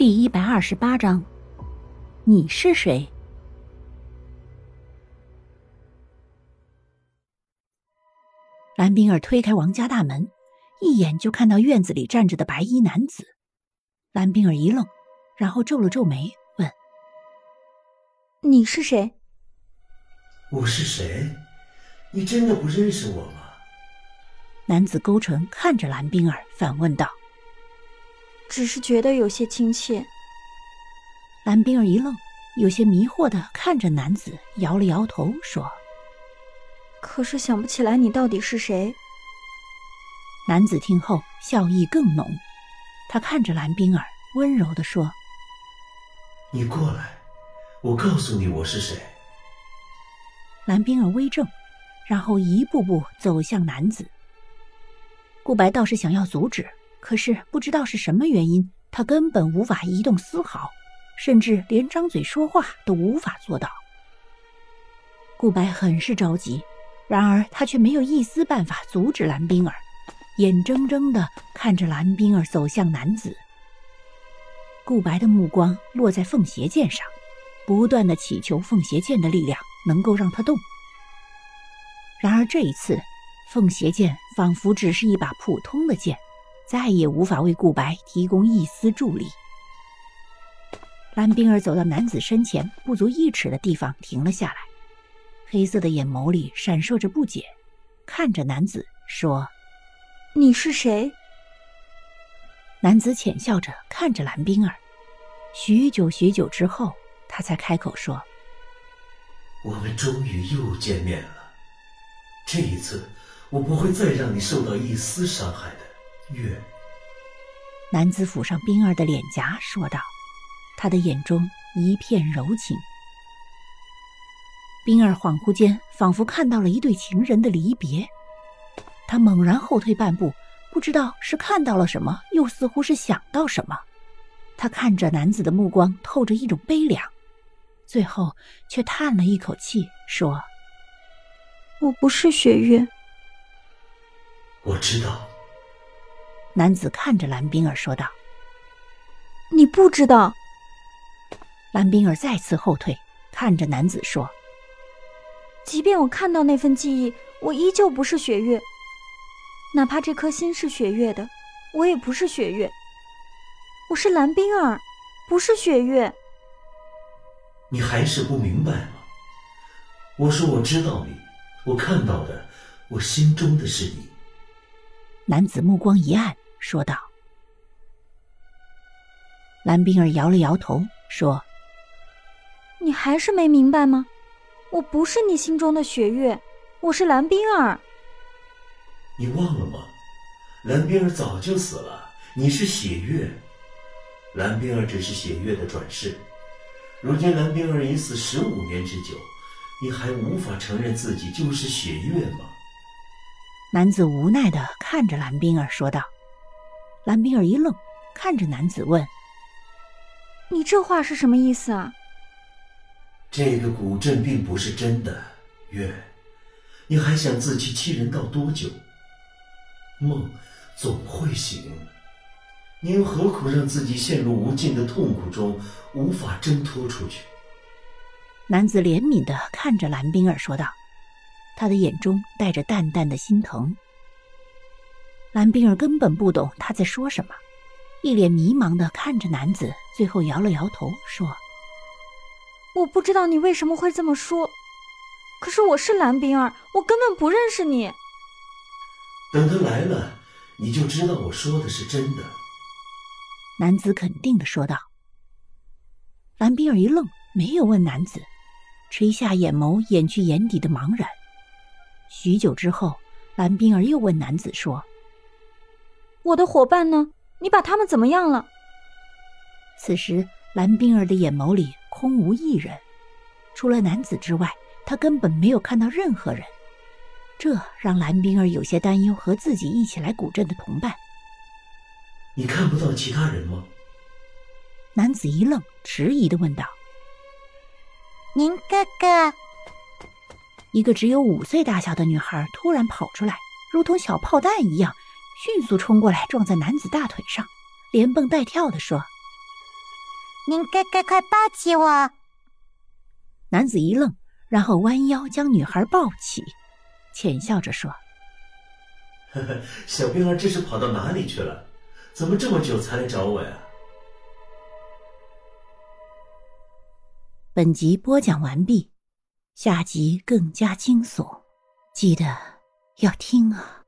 第128章，你是谁？蓝冰儿推开王家大门，一眼就看到院子里站着的白衣男子。蓝冰儿一愣，然后皱了皱眉，问：“ 你是谁？”“ 我是谁？你真的不认识我吗？” 男子勾唇看着蓝冰儿，反问道：“ 只是觉得有些亲切。” 蓝冰儿一愣，有些迷惑地看着男子，摇了摇头说：“ 可是想不起来你到底是谁。” 男子听后笑意更浓，他看着蓝冰儿，温柔地说：“ 你过来，我告诉你我是谁。” 蓝冰儿微怔，然后一步步走向男子。顾白倒是想要阻止，可是不知道是什么原因，他根本无法移动丝毫，甚至连张嘴说话都无法做到。顾白很是着急，然而他却没有一丝办法阻止蓝冰儿，眼睁睁地看着蓝冰儿走向男子。顾白的目光落在凤邪剑上，不断地祈求凤邪剑的力量能够让他动。然而这一次，凤邪剑仿佛只是一把普通的剑，再也无法为顾白提供一丝助力。蓝冰儿走到男子身前不足1尺的地方停了下来，黑色的眼眸里闪烁着不解，看着男子说：“ 你是谁？” 男子浅笑着看着蓝冰儿，许久之后，他才开口说：“ 我们终于又见面了，这一次我不会再让你受到一丝伤害的，月。” 男子抚上冰儿的脸颊说道，他的眼中一片柔情。冰儿恍惚间仿佛看到了一对情人的离别，他猛然后退半步，不知道是看到了什么，又似乎是想到什么。他看着男子的目光透着一种悲凉，最后却叹了一口气说：“ 我不是雪月。” 我知道。 男子看着蓝冰儿说道：“ 你不知道。” 蓝冰儿再次后退，看着男子说：“ 即便我看到那份记忆，我依旧不是雪月。哪怕这颗心是雪月的，我也不是雪月。我是蓝冰儿，不是雪月。” 你还是不明白吗？我说我知道你，我看到的，我心中的是你。 男子目光一暗，说道。蓝冰儿摇了摇头，说：“ 你还是没明白吗？我不是你心中的雪月，我是蓝冰儿。” 你忘了吗？蓝冰儿早就死了，你是血月。蓝冰儿只是血月的转世，如今蓝冰儿已死15年之久，你还无法承认自己就是血月吗？ 男子无奈地看着蓝冰儿说道。蓝冰儿一愣，看着男子问：“ 你这话是什么意思啊？” 这个古阵并不是真的，月，你还想自欺欺人到多久？梦总会醒，你又何苦让自己陷入无尽的痛苦中，无法挣脱出去？ 男子怜悯地看着蓝冰儿说道，他的眼中带着淡淡的心疼。蓝冰儿根本不懂他在说什么，一脸迷茫地看着男子，最后摇了摇头说：“ 我不知道你为什么会这么说，可是我是蓝冰儿，我根本不认识你。” 等他来了，你就知道我说的是真的。 男子肯定地说道。蓝冰儿一愣，没有问男子，垂下眼眸掩去眼底的茫然。许久之后，蓝冰儿又问男子说：“ 我的伙伴呢？你把他们怎么样了？” 此时蓝冰儿的眼眸里空无一人，除了男子之外，她根本没有看到任何人。这让蓝冰儿有些担忧和自己一起来古镇的同伴。 “你看不到其他人吗？” 男子一愣，迟疑地问道。 “您哥哥。” 一个只有5岁大小的女孩突然跑出来，如同小炮弹一样，迅速冲过来撞在男子大腿上，连蹦带跳地说：“ 您哥哥快抱起我！ 男子一愣，然后弯腰将女孩抱起，浅笑着说： 呵呵，小冰儿这是跑到哪里去了？怎么这么久才来找我呀？ 本集播讲完毕，下集更加惊悚，记得要听啊。